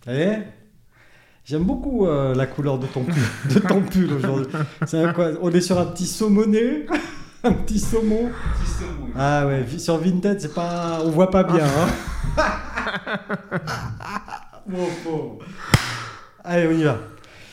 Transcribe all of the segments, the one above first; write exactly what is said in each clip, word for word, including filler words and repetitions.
Eh, j'aime beaucoup euh, la couleur de ton pull, de ton pull aujourd'hui. C'est un quoi? On est sur un petit saumonné, un petit saumon. Petit saumon, oui. Ah ouais, vi- sur Vinted, c'est pas, on voit pas bien. Hein. Bon, bon. Allez, on y va.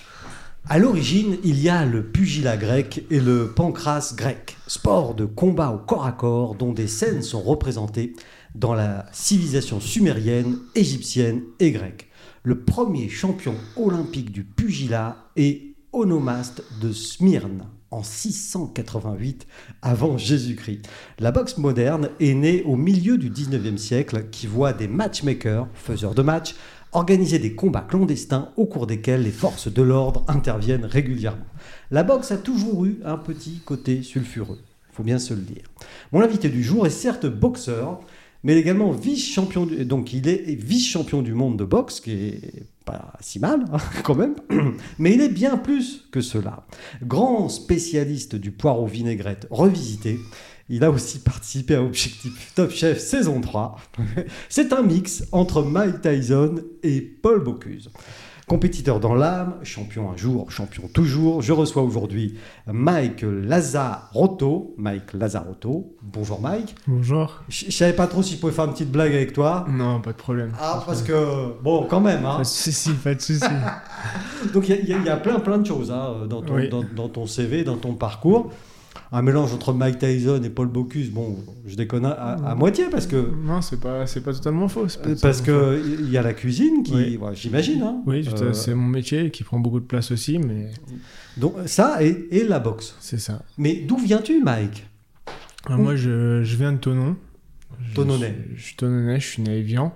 À l'origine, il y a le pugilat grec et le pancrace grec, sport de combat au corps à corps dont des scènes sont représentées dans la civilisation sumérienne, égyptienne et grecque. Le premier champion olympique du pugilat est Onomaste de Smyrne en six cent quatre-vingt-huit avant Jésus-Christ. La boxe moderne est née au milieu du dix-neuvième siècle qui voit des matchmakers, faiseurs de matchs, organiser des combats clandestins au cours desquels les forces de l'ordre interviennent régulièrement. La boxe a toujours eu un petit côté sulfureux, il faut bien se le dire. Mon invité du jour est certes boxeur, mais également vice-champion du, donc il est vice-champion du monde de boxe, qui est pas si mal hein, quand même, mais il est bien plus que cela. Grand spécialiste du poireau vinaigrette revisité, il a aussi participé à Objectif Top Chef saison trois. C'est un mix entre Mike Tyson et Paul Bocuse. Compétiteur dans l'âme, champion un jour, champion toujours, je reçois aujourd'hui Mike Lazzarotto. Mike Lazzarotto. Bonjour Mike. Bonjour. Je ne savais pas trop si je pouvais faire une petite blague avec toi. Non, pas de problème. Ah, parce que, bon, quand même. Hein. Pas de souci, pas de souci. Donc il y, y, y a plein, plein de choses hein, dans, ton, oui. dans, dans ton C V, dans ton parcours. Un mélange entre Mike Tyson et Paul Bocuse, bon, je déconne à, à, à moitié parce que... Non, c'est pas, c'est pas totalement faux. Pas parce totalement qu'il y a la cuisine qui, oui. ouais, j'imagine. Hein, oui, euh, c'est mon métier qui prend beaucoup de place aussi, mais... Donc ça et, et la boxe. C'est ça. Mais d'où viens-tu, Mike? Alors, moi, je, je viens de Thonon. Tononnais. Je, je suis Tononnais, je suis né à Évian.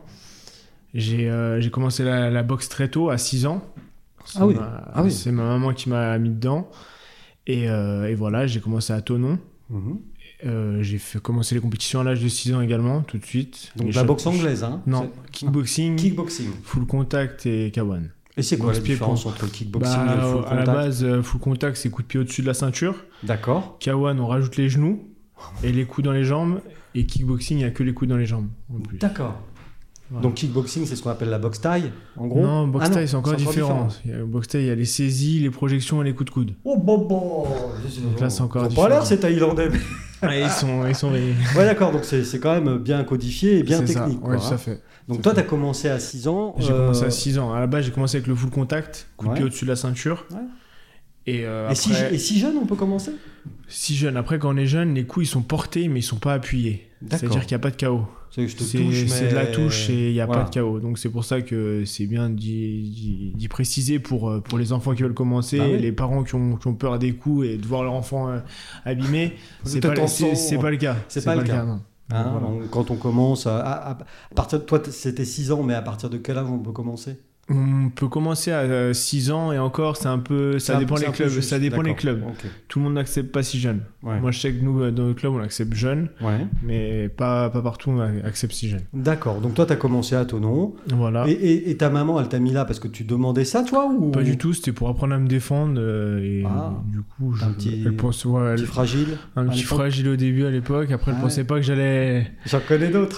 J'ai euh, j'ai commencé la, la boxe très tôt, à six ans. C'est ah oui. ma, ah oui. C'est ma maman qui m'a mis dedans. Et, euh, et voilà, j'ai commencé à Thonon. Mm-hmm. Euh, j'ai fait commencer les compétitions à l'âge de six ans également, tout de suite. Donc et la je, boxe anglaise, hein? Non, kickboxing, kickboxing, full contact et K un. Et c'est quoi la différence entre le kickboxing bah, et le full contact? À la base, euh, full contact, c'est coup de pied au-dessus de la ceinture. D'accord. K un, on rajoute les genoux et les coups dans les jambes. Et kickboxing, il n'y a que les coups dans les jambes. En plus. D'accord. Voilà. Donc kickboxing, c'est ce qu'on appelle la boxe taille, en gros? Non, boxe ah taille, non, c'est encore c'est différent. différent. Il y a, boxe taille, il y a les saisies, les projections et les coups de coude. Oh, bon, bon. Donc là, c'est encore Ils ont différent. pas l'air, ces Thaïlandais. Ouais, ils sont... Ils sont... Ouais, d'accord, donc c'est, c'est quand même bien codifié et bien c'est technique. Ça. Ouais, quoi, tout hein. à fait. Donc tout toi, fait. tu as commencé à six ans. J'ai euh... commencé à six ans. À la base, j'ai commencé avec le full contact, coup ouais. de pied au-dessus de la ceinture. Ouais. Et, euh, et, après... si, et si jeune, on peut commencer? Si jeune. Après, quand on est jeune, les coups, ils sont portés, mais ils sont pas appuyés. D'accord. C'est-à-dire qu'il n'y a pas de K O. C'est que je te c'est, touche, mais... c'est de la touche et il n'y a voilà. pas de K O. Donc c'est pour ça que c'est bien d'y, d'y, d'y préciser pour, pour les enfants qui veulent commencer, bah oui. les parents qui ont, qui ont peur des coups et de voir leur enfant euh, abîmé. C'est pas, c'est, c'est pas le cas. C'est, c'est pas, pas le cas. cas non. Hein, voilà. donc, quand on commence, à, à, à partir de toi, c'était six ans, mais à partir de quel âge on peut commencer? On peut commencer à six ans et encore, c'est un peu, ça c'est dépend un, les clubs. Ça dépend D'accord. les clubs. Okay. Tout le monde n'accepte pas si jeune. Ouais. Moi, je sais que nous, dans le club, on accepte jeune, ouais. mais pas, pas partout on accepte si jeune. D'accord. Donc toi, tu as commencé à Thonon. Voilà. Et, et, et ta maman, elle t'a mis là parce que tu demandais ça, toi ou... Pas du tout. C'était pour apprendre à me défendre. Euh, et ah. du coup, je, un petit, elle pense, ouais, un petit elle, fragile. Un petit fragile au début à l'époque. Après, elle ah pensait ouais. pas que j'allais. J'en connais d'autres.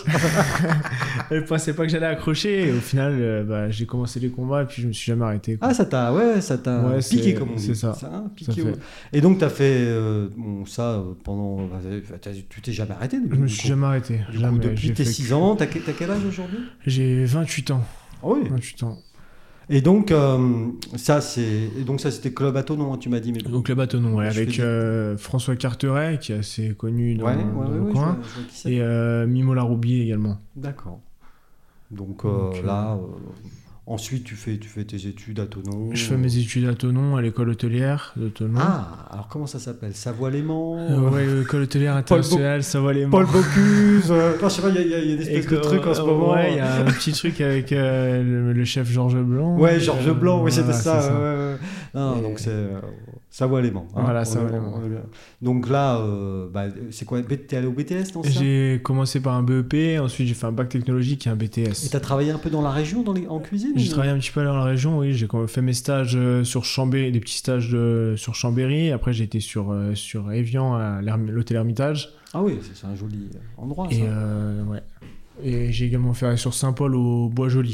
Elle pensait pas que j'allais accrocher. Et au final, euh, bah, j'ai commencé les combats et puis je me suis jamais arrêté. Quoi. Ah, ça t'a, ouais, ça t'a ouais, piqué, comme on dit. C'est ça. ça hein, piqué, ça ouais. Et donc, t'as fait euh, bon, ça pendant. Tu t'es jamais arrêté depuis, Je me suis coup. jamais arrêté. Du jamais. Coup, depuis tes six ans, t'as, t'as quel âge aujourd'hui? J'ai vingt-huit ans. Oh oui. vingt-huit ans. Et donc, euh, ça, c'est... Et donc, ça, c'était Club à Thonon, hein, tu m'as dit. Mais... Donc, Club à Thonon, ouais, avec euh, François Carteret, qui est assez connu dans, ouais, ouais, dans ouais, le ouais, coin, je vois, je vois qui c'est. et euh, Mimo Laroubier également. D'accord. Donc, euh, donc là, euh, ensuite, tu fais, tu fais tes études à Thonon. Je fais mes études à Thonon, à l'école hôtelière de Thonon. Ah, alors comment ça s'appelle? Savoie-Léman euh, Ouais, l'école hôtelière internationale, Savoie-Léman. Paul Bocuse. Euh... Non, je sais pas, il y, y, y a des espèces de trucs en ce moment. Ouais, il y a un petit truc avec euh, le, le chef Georges Blanc. Ouais, Georges Blanc, oui, c'était voilà, ça. ça. Ouais, ouais. Non, et... donc c'est euh, Savoie-Léman. Hein, voilà, Savoie-Léman. Donc là, euh, bah, c'est quoi? T'es allé au B T S dans ça? J'ai commencé par un B E P, ensuite j'ai fait un bac technologique et un B T S. Et t'as travaillé un peu dans la région, dans les... en cuisine? J'ai ou... travaillé un petit peu dans la région, oui. J'ai fait mes stages sur Chambéry, des petits stages de... sur Chambéry. Après, j'ai été sur, euh, sur Évian, à l'hôtel Hermitage. Ah oui, c'est un joli endroit, et ça. Euh, ouais. Et j'ai également fait sur Saint-Paul au Bois-Joli.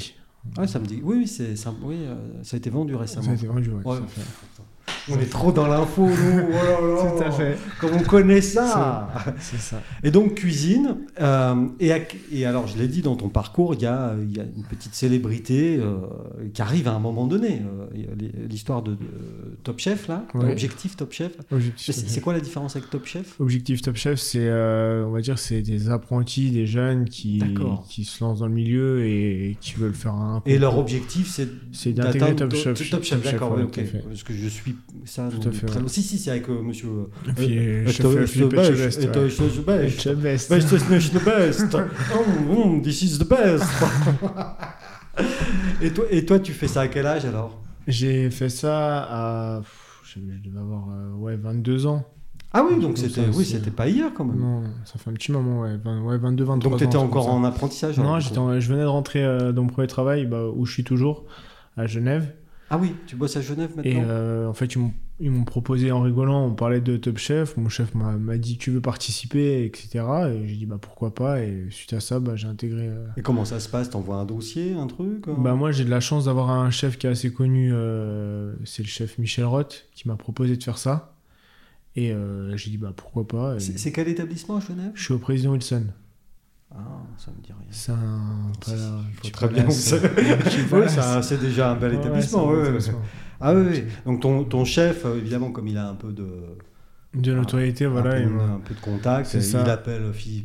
Ah, ça me dit. Oui, oui, c'est, ça, oui euh, ça a été vendu récemment. Ça a été vendu, ouais. Ouais. Ça fait... On est trop dans l'info, nous. Oh là là. Tout à fait. Comme on connaît ça. C'est, c'est ça. Et donc, cuisine. Euh, et, et alors, je l'ai dit, dans ton parcours, il y a, il y a une petite célébrité euh, qui arrive à un moment donné. Euh, il y a l'histoire de, de Top Chef, là. Ouais. Objectif Top Chef. Objectif, C'est, c'est quoi la différence avec Top Chef? Objectif Top Chef, c'est, euh, on va dire, c'est des apprentis, des jeunes qui, qui se lancent dans le milieu et qui veulent faire un... Et leur objectif, c'est, c'est d'intégrer Top Chef. Top Chef, Top d'accord, Chef, ouais, ok. Parce que je suis ça. Tout à fait. Très... Ouais. Si, si, c'est avec euh, monsieur... Et puis, euh, chef Philippe Etchebest. Etchebest. Best is the best. Oh, this is the best. et, toi, et toi, tu fais ça à quel âge, alors? J'ai fait ça à... Je devais avoir euh, ouais, vingt-deux ans. Ah oui, donc c'était, oui, c'était pas hier quand même. Non, ça fait un petit moment, ouais, vingt, ouais vingt-deux, vingt-trois ans. Donc t'étais encore en apprentissage? Non, j'étais en, je venais de rentrer euh, dans mon premier travail, bah, où je suis toujours, à Genève. Ah oui, tu bosses à Genève maintenant? Et euh, en fait, ils m'ont, ils m'ont proposé en rigolant, on parlait de Top Chef, mon chef m'a, m'a dit tu veux participer, et cetera. Et j'ai dit bah pourquoi pas, et suite à ça, bah, j'ai intégré... Euh... Et comment ça se passe? T'envoies un dossier, un truc? Hein? Bah moi j'ai de la chance d'avoir un chef qui est assez connu, euh, c'est le chef Michel Roth, qui m'a proposé de faire ça. Et euh, j'ai dit bah pourquoi pas. Et... C'est, c'est quel établissement à Genève? Je suis au Président Wilson. Ah, ça me dit rien. C'est un... C'est, Voilà, faut très bien où c'est. Oui, ça, c'est déjà un bel établissement. Ouais, ouais, ouais. Ah oui, oui. Donc ton, ton chef, évidemment, comme il a un peu de... De notoriété, un, voilà. Un peu, il un peu de contact, il appelle Philippe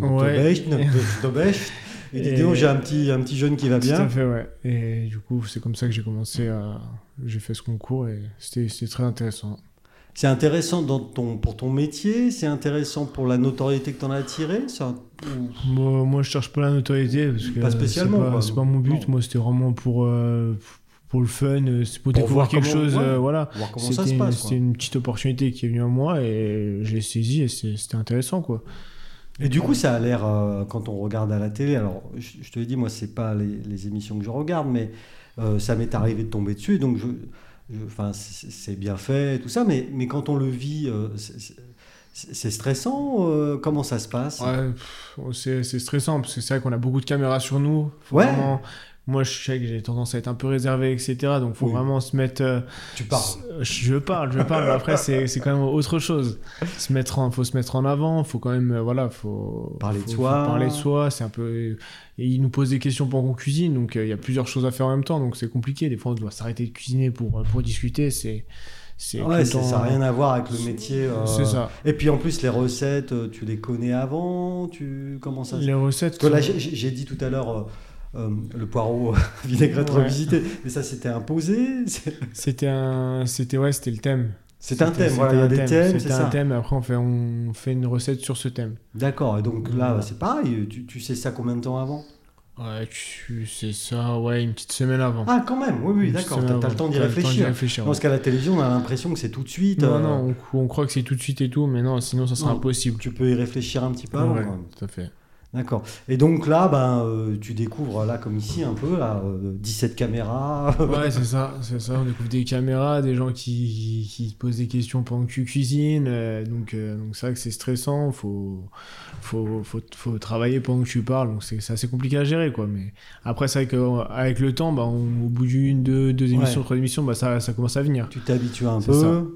Etchebest. Il dit, oh, j'ai un petit, un petit jeune qui va bien. Tout à fait, ouais. Et du coup, c'est comme ça que j'ai commencé à... J'ai fait ce concours et c'était, c'était très intéressant. C'est intéressant dans ton, pour ton métier, c'est intéressant pour la notoriété que tu en as tirée ça... moi, moi, je cherche pas la notoriété parce que pas spécialement. C'est pas, c'est pas mon but. Non. Moi, c'était vraiment pour, euh, pour le fun, c'est pour, pour découvrir quelque comment, chose. Ouais, euh, voilà. Voir comment c'était ça se une, passe. C'était une petite opportunité qui est venue à moi et je l'ai saisie et c'est, c'était intéressant, quoi. Et du coup, ça a l'air, euh, quand on regarde à la télé, alors je, je te l'ai dit, moi, c'est pas les, les émissions que je regarde, mais euh, ça m'est arrivé de tomber dessus, donc je. Enfin, c'est, c'est bien fait et tout ça, mais, mais quand on le vit, euh, c'est, c'est, c'est stressant. Euh, comment ça se passe? Ouais, pff, c'est, c'est stressant parce que c'est vrai qu'on a beaucoup de caméras sur nous. Faut ouais. Vraiment... Moi, je sais que j'ai tendance à être un peu réservé, et cetera. Donc, il faut oui. vraiment se mettre... Euh, tu parles. Je parle, je parle, mais après, c'est, c'est quand même autre chose. Il faut se mettre en avant, il faut quand même... Voilà, faut... Parler faut, de soi. Faut parler de soi, c'est un peu... Et ils nous posent des questions pendant qu'on cuisine, donc il euh, y a plusieurs choses à faire en même temps, donc c'est compliqué. Des fois, on doit s'arrêter de cuisiner pour, pour discuter, c'est... C'est ouais, c'est, ça n'a rien à voir avec le métier. Euh... C'est ça. Et puis en plus, les recettes, tu les connais avant tu... Comment ça Les recettes... Parce que là, j'ai, j'ai dit tout à l'heure... Euh... Euh, le poireau vinaigrette ouais. revisité, mais ça c'était imposé. C'était un, c'était ouais, c'était le thème. C'est un thème, voilà, il y a des thèmes, c'était c'est un ça. thème. Et après on fait, on fait une recette sur ce thème. D'accord. Et donc là, voilà. C'est pareil. Tu, tu sais ça combien de temps avant? Ouais, tu sais ça, ouais, une petite semaine avant. Ah, quand même. Oui, oui, une d'accord. T'as, t'as le temps d'y réfléchir. Temps d'y réfléchir ouais. Parce qu'à la télévision, on a l'impression que c'est tout de suite. Non, euh... non, on, on croit que c'est tout de suite et tout, mais non, sinon ça sera non, impossible. Tu peux y réfléchir un petit peu avant. Ouais, quand même. Tout à fait. D'accord. Et donc là, ben, euh, tu découvres, là, comme ici, un peu, là, euh, dix-sept caméras. Ouais, c'est ça, c'est ça. On découvre des caméras, des gens qui, qui, qui posent des questions pendant que tu cuisines. Euh, donc, euh, donc, c'est vrai que c'est stressant. Il faut, faut, faut, faut travailler pendant que tu parles. Donc, c'est, c'est assez compliqué à gérer, quoi. Mais après, c'est vrai qu'avec le temps, bah, on, au bout d'une, deux, deux émissions, ouais. trois émissions, bah, ça, ça commence à venir. Tu t'habitues un c'est peu. Ça.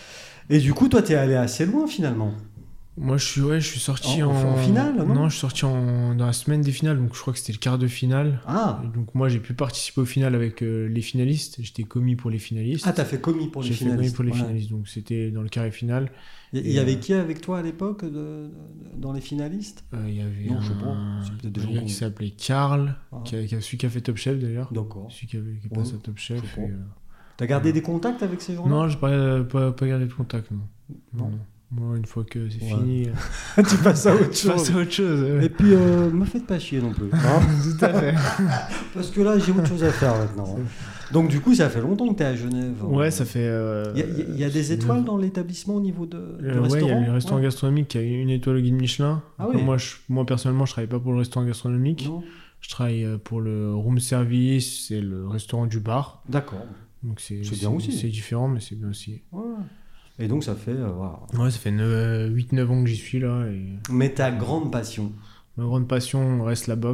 Et du coup, toi, t'es allé assez loin, finalement. Moi, je suis, ouais, je suis sorti en, en... en finale, non, non, je suis sorti en... dans la semaine des finales, donc je crois que c'était le quart de finale. Ah. Et donc moi, j'ai pu participer au final avec euh, les finalistes. J'étais commis pour les finalistes. Ah, t'as fait commis pour les j'ai finalistes. J'ai fait commis pour les ouais. finalistes, donc c'était dans le carré final. Il y, y avait euh... qui avec toi à l'époque de, de, dans les finalistes? Il euh, y avait non, un, je sais pas. C'est peut-être des gens qui s'appelait Karl, ah. qui, a, qui a, celui qui a fait Top Chef d'ailleurs. D'accord. Celui qui, avait, qui est passé ouais. à Top Chef. Et, euh... T'as gardé ouais. des contacts avec ces gens-là? Non, j'ai pas, pas, pas gardé de contact, non. Non. non. Moi, une fois que c'est ouais. fini... tu passes à autre chose. Tu passes à autre chose, ouais. Et puis, euh, me faites pas chier non plus. Hein Tout à fait. Parce que là, j'ai autre chose à faire maintenant. Donc, du coup, ça fait longtemps que tu es à Genève. Ouais, ça fait... Il euh, y, y, y a des étoiles c'est... dans l'établissement au niveau de, euh, du ouais, restaurant? Ouais, il y a le restaurant ouais. gastronomique qui a une étoile au guide Michelin. Ah oui. moi, je, moi, personnellement, je travaille pas pour le restaurant gastronomique. Non. Je travaille pour le room service, c'est le restaurant du bar. D'accord. Donc, c'est, c'est bien c'est, aussi. C'est différent, mais c'est bien aussi. Ouais. Et donc ça fait... Euh, voilà. Ouais, ça fait huit neuf ans que j'y suis là. Et... Mais ta grande passion? Ma grande passion reste la boxe.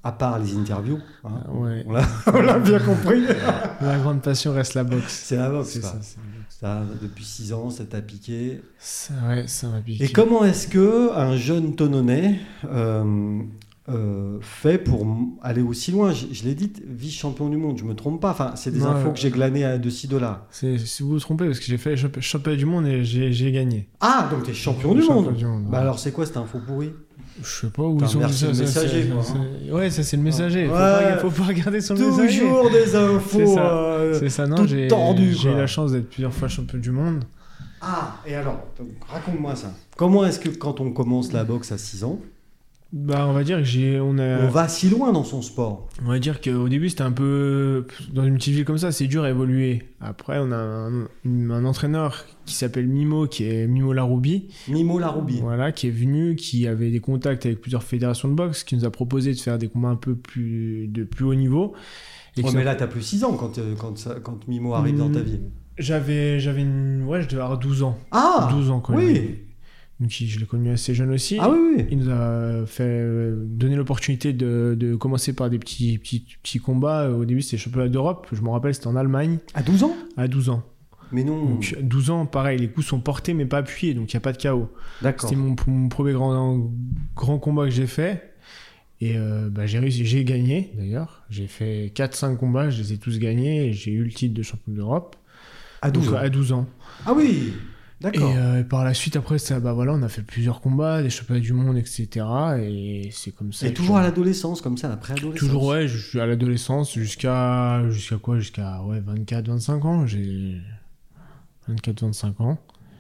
À part les interviews. Hein. Ah, ouais. On, l'a, on l'a bien compris. La grande passion reste la boxe. C'est la boxe. C'est quoi. ça, c'est la boxe. Ça, depuis six ans, ça t'a piqué. Ça, ouais, ça m'a piqué. Et comment est-ce qu'un jeune Tononnais euh, euh, fait pour m- aller aussi loin? Je, je l'ai dit, vice-champion du monde, je me trompe pas. Enfin, c'est des Non, infos euh, que j'ai glanées à- de ci, de là. C'est, si vous vous trompez, parce que j'ai fait les champi- championnat du monde et j'ai, j'ai gagné. Ah, donc t'es champion du Champion monde. du monde, Bah ouais. alors, c'est quoi cette info pourrie? Je sais pas où T'as ils ont dit inversé ça. le ça, messager, c'est- quoi, c'est- Ouais, ça c'est le messager. Faut, Ouais. pas, faut pas regarder sur le messager. Toujours des infos. C'est ça. euh, C'est ça, non, toutes j'ai, tordues, j'ai eu quoi. la chance d'être plusieurs fois champion du monde. Ah, et alors, donc, raconte-moi ça. Comment est-ce que quand on commence la boxe à six ans, Bah, on va dire que j'ai, on a, on va si loin dans son sport? on va dire qu'au début c'était un peu dans une petite ville comme ça, c'est dur à évoluer. Après, on a un, un entraîneur qui s'appelle Mimo, qui est Mimo Laroubi, Mimo Laroubi. voilà, qui est venu, qui avait des contacts avec plusieurs fédérations de boxe, qui nous a proposé de faire des combats un peu plus de plus haut niveau. Et Ouais, qui mais nous a- là, t'as plus six ans quand, euh, quand, ça- quand Mimo arrive dans ta vie. J'avais, j'avais une... ouais, je devais avoir douze ans. Ah douze ans quand oui. même. Donc il- je l'ai connu assez jeune aussi. Ah oui, oui. Il nous a fait euh, donner l'opportunité de, de commencer par des petits, petits, petits combats. Au début, c'était championnat d'Europe. Je me rappelle, c'était en Allemagne, À douze ans? à douze ans. Mais non. Donc douze ans, pareil, les coups sont portés mais pas appuyés, donc il n'y a pas de K O. D'accord. C'était mon, mon premier grand, grand combat que j'ai fait. Et euh, bah, j'ai réussi, j'ai gagné d'ailleurs. J'ai fait quatre cinq combats, je les ai tous gagnés et j'ai eu le titre de champion d'Europe. À douze Donc, ans. à douze ans. Ah oui. D'accord. Et, euh, et par la suite, après, ça, bah, voilà, on a fait plusieurs combats, des championnats du monde, et cetera. Et c'est comme ça. Et que- toujours à l'adolescence, comme ça, la préadolescence. Toujours, ouais, je suis à l'adolescence jusqu'à jusqu'à quoi? Jusqu'à ouais, vingt-quatre vingt-cinq ans. J'ai vingt-quatre vingt-cinq ans.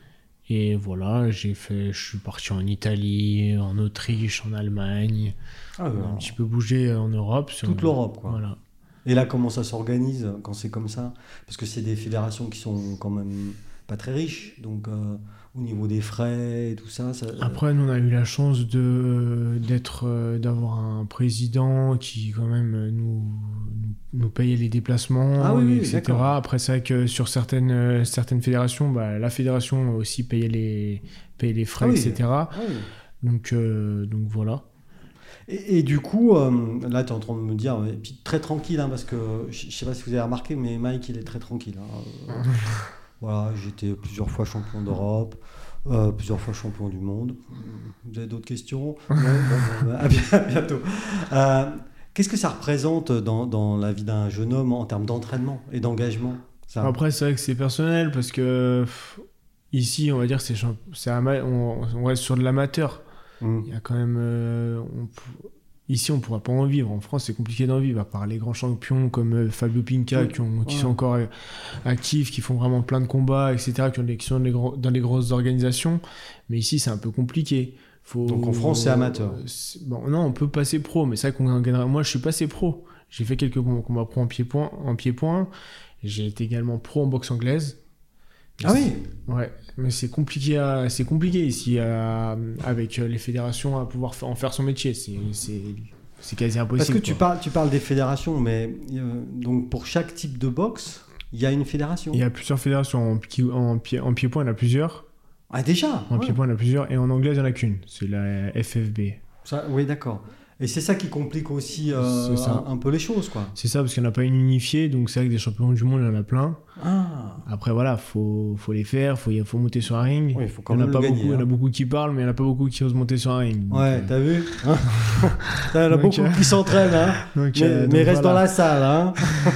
Et voilà, j'ai fait, je suis parti en Italie, en Autriche, en Allemagne. Ah, ouais. Un petit peu bougé en Europe. sur- Toute l'Europe, quoi. Voilà. Et là, comment ça s'organise quand c'est comme ça? Parce que c'est des fédérations qui sont quand même pas très riches. Donc, euh, au niveau des frais et tout ça. ça Après, nous, on a eu la chance de, d'être, euh, d'avoir un président qui, quand même, euh, nous, nous payait les déplacements, Ah oui, oui, et cetera. d'accord. Après, c'est vrai que sur certaines, euh, certaines fédérations, bah, la fédération aussi payait les, payait les frais, Ah oui. et cetera. Ah oui. Donc, euh, donc voilà. Et, et du coup, euh, là, tu es en train de me dire, et puis très tranquille, hein, parce que je ne sais pas si vous avez remarqué, mais Mike, il est très tranquille. hein. Euh, voilà, j'étais plusieurs fois champion d'Europe, euh, plusieurs fois champion du monde. Vous avez d'autres questions? Non. Bon, bon, bah, à bien- à bientôt. Euh, qu'est-ce que ça représente dans, dans la vie d'un jeune homme en termes d'entraînement et d'engagement ça Après, c'est vrai que c'est personnel parce que pff, ici, on va dire, c'est, champ- c'est ama- on, on reste sur de l'amateur. Hum. Il y a quand même. euh, on pou- Ici, on ne pourra pas en vivre. En France, c'est compliqué d'en vivre, à part les grands champions comme euh, Fabio Pinca, Oui. qui, ont- qui Ouais. sont encore euh, actifs, qui font vraiment plein de combats, et cetera, qui, ont des- qui sont dans les, gros- dans les grosses organisations. Mais ici, c'est un peu compliqué. Faut... Donc, en France, c'est amateur. Euh, c'est- Bon, non, on peut passer pro, mais c'est vrai qu'on en gagnera. Moi, je suis passé pro. J'ai fait quelques com- combats pro en pied-point. En pied-point. J'ai été également pro en boxe anglaise. Ah oui. Ouais, mais c'est compliqué, à, c'est compliqué ici à- avec les fédérations à pouvoir fa- en faire son métier. C'est, c'est, c'est quasi impossible. Parce que tu quoi. parles, tu parles des fédérations, mais euh, donc pour chaque type de boxe, il y a une fédération. Il y a plusieurs fédérations. En, pied, en, pied, en pied-point, il y en a plusieurs. Ah déjà. En ouais. pied-point, il y en a plusieurs. Et en anglaise, il n'y en a qu'une. C'est la F F B. Ça, oui, d'accord. Et c'est ça qui complique aussi euh, C'est ça. un, un peu les choses, quoi. C'est ça, parce qu'il n'y en a pas une unifiée. Donc c'est vrai que des champions du monde, il y en a plein. Ah. Après, voilà, il faut, faut les faire. Il faut, y- faut monter sur un ring. Oui, il faut quand Il y en a même pas le beaucoup, gagner. il y en a hein. beaucoup qui parlent, mais il n'y en a pas beaucoup qui osent monter sur un ring. Donc, Ouais, euh, t'as vu hein. T'en as Donc, beaucoup euh, qui s'entraînent, hein. donc, mais, euh, mais donc reste dans voilà. la salle, hein.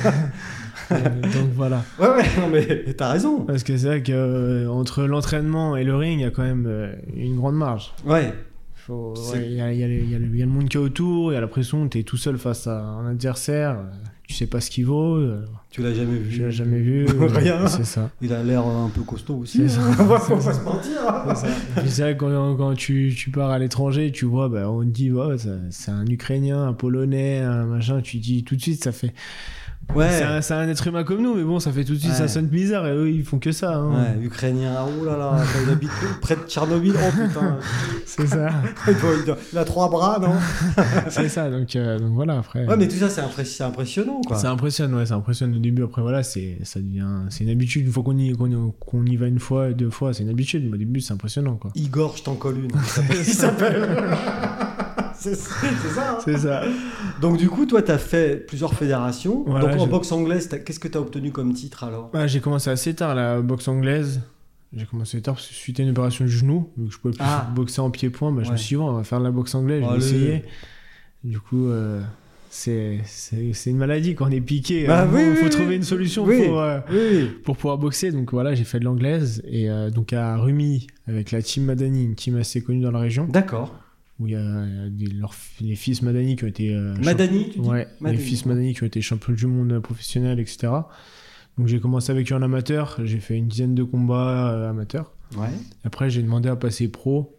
Euh, donc voilà. Ouais, ouais, non, mais t'as raison. Parce que c'est vrai qu'entre l'entraînement et le ring, il y a quand même euh, une grande marge. Ouais. Faut- C'est- ouais, Il y, a, il y a le- il y a le il y a le monde qui est autour, il y a la pression, tu es tout seul face à un adversaire, euh, tu sais pas ce qu'il vaut, euh, Tu l'as jamais tu vu. l'as jamais vu. Rien. euh, C'est ça. Il a l'air un peu costaud aussi. C'est ça. hein. On va C'est pas ça. se mentir. hein. C'est ça. Et puis c'est vrai que quand, quand tu, tu pars à l'étranger, tu vois, bah, on te dit, ouais, ça- c'est un Ukrainien, un Polonais, un machin, tu dis tout de suite, ça fait. Ouais. C'est un, c'est un être humain comme nous, mais bon, ça fait tout de suite, Ouais. ça sonne bizarre, et eux, ils font que ça. Hein. Ouais, ukrainien, ah, oh là là, quand il habite près de Tchernobyl, oh putain, C'est ça. il doit- il doit- il a trois bras, non? C'est ça, donc, euh, donc voilà, après. Ouais, mais tout ça, c'est impré- c'est impressionnant, quoi. Ça impressionne, ouais, ça impressionne au début. Après, voilà, c'est, ça devient, c'est une habitude. Une fois qu'on y, qu'on, qu'on y va une fois, deux fois, c'est une habitude. Mais au début, c'est impressionnant, quoi. Igor, je t'en colle une. Il s'appelle. Il s'appelle. c'est, c'est ça. Hein. C'est ça. Donc du coup, toi, tu as fait plusieurs fédérations. Voilà, Donc en je... boxe anglaise, qu'est-ce que tu as obtenu comme titre alors? Ah, j'ai commencé assez tard la boxe anglaise. J'ai commencé tard parce que suite à une opération du genou, donc je pouvais plus ah. boxer en pied-point. Bah, je ouais. me suis dit, bon, on va faire de la boxe anglaise, je vais essayer. Du coup, euh, c'est, c'est, c'est une maladie quand on est piqué. Bah, il oui, faut oui, trouver oui. une solution oui, pour, euh, oui. pour pouvoir boxer. Donc voilà, j'ai fait de l'anglaise. Et euh, donc à Rumi, avec la team Madani, une team assez connue dans la région. D'accord. Où il y a, il y a des, leurs, les fils Madani qui ont été... Euh, Madani, champ... tu dis Ouais, Madani. les fils Madani qui ont été champions du monde professionnel, et cetera. Donc j'ai commencé avec eux en amateur. J'ai fait une dizaine de combats euh, amateurs. Ouais. Après, j'ai demandé à passer pro.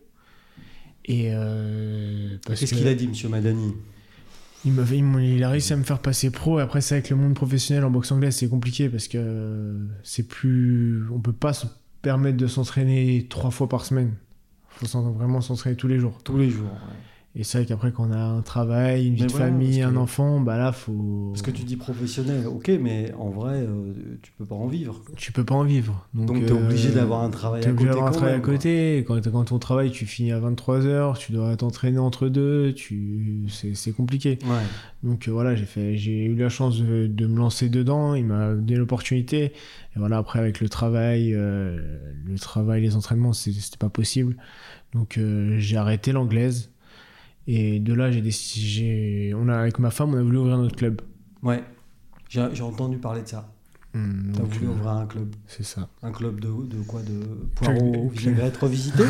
Et euh, parce Qu'est-ce que qu'il a dit, monsieur Madani? il, m'avait, il a réussi à me faire passer pro. Et après, c'est avec le monde professionnel en boxe anglaise, c'est compliqué parce que c'est plus. On peut pas se permettre de s'entraîner trois fois par semaine. Il faut vraiment s'entraîner tous les jours. Tous les jours, ouais. Et c'est vrai qu'après, quand on a un travail, une vie mais de voilà, famille, un que... enfant, bah là, faut. Parce que tu dis professionnel, ok, mais en vrai, euh, tu peux pas en vivre. Tu peux pas en vivre. Donc, Donc t'es euh, obligé d'avoir un travail à côté. T'es obligé d'avoir un travail à côté. Quand, quand on travaille, tu finis à vingt-trois heures, tu dois t'entraîner entre deux, tu... c'est, c'est compliqué. Ouais. Donc euh, voilà, j'ai, fait... j'ai eu la chance de, de me lancer dedans, il m'a donné l'opportunité. Et voilà, après, avec le travail, euh, le travail, les entraînements, c'est... c'était pas possible. Donc euh, j'ai arrêté l'anglaise. Et de là, j'ai décidé, j'ai... On a, avec ma femme, on a voulu ouvrir notre club. Ouais, j'ai, j'ai entendu parler de ça. Mmh, T'as voulu euh, ouvrir un club. C'est ça. Un club de, de quoi? De poireaux vinaigrette revisité.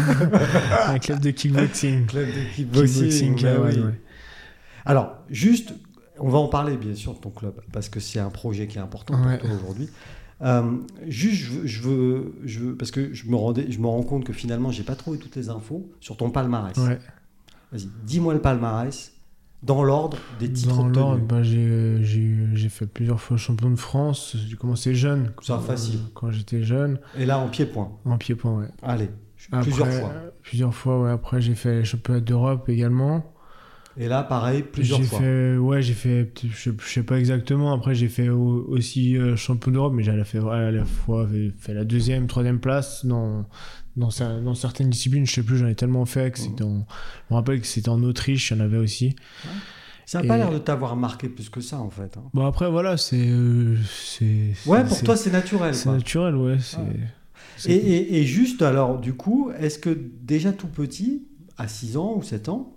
Un club de kickboxing. Club de kickboxing, kickboxing bah, oui. Ouais. Alors, juste, on va en parler bien sûr de ton club, parce que c'est un projet qui est important ouais. pour toi aujourd'hui. Euh, juste, je veux, je veux, je veux, parce que je me, rendais, je me rends compte que finalement, j'ai pas trouvé toutes les infos sur ton palmarès. Ouais. Vas-y, dis-moi le palmarès dans l'ordre des titres dans obtenus. Dans l'ordre, bah, j'ai, j'ai, j'ai fait plusieurs fois champion de France. J'ai commencé jeune. C'est quand, facile. Quand j'étais jeune. Et là, en pied-point. En pied-point, ouais. Allez, après, plusieurs fois. Plusieurs fois, ouais. Après, j'ai fait les championnats d'Europe également. Et là, pareil, plusieurs j'ai fois. Fait, ouais, j'ai fait, je, je sais pas exactement. Après, j'ai fait au, aussi euh, champion d'Europe, mais j'ai à la, fait, à la fois fait, fait la deuxième, troisième place dans, dans, dans certaines disciplines. Je sais plus, j'en ai tellement fait que mmh. c'était en, je me rappelle que c'était en Autriche, il y en avait aussi. Ouais. Ça n'a pas l'air de t'avoir marqué plus que ça, en fait. Hein. Bon, après, voilà, c'est... Euh, c'est ouais, pour c'est, toi, c'est naturel. C'est quoi. naturel, ouais. C'est, ouais. c'est... Et, et, et juste, alors, du coup, est-ce que déjà tout petit, à six ans ou sept ans,